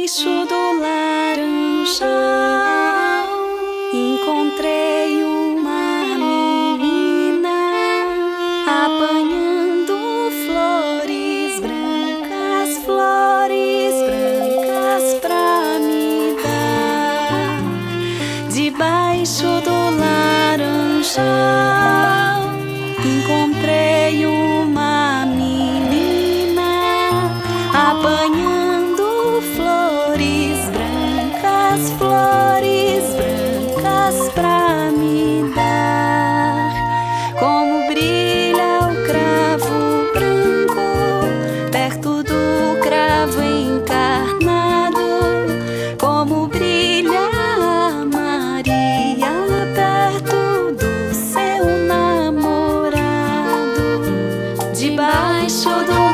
Debaixo do laranjal encontrei uma menina apanhando flores brancas pra me dar. Debaixo do laranjal encontrei uma menina apanhando flores brancas pra me dar. Como brilha o cravo branco perto do cravo encarnado, como brilha a Maria perto do seu namorado. Debaixo do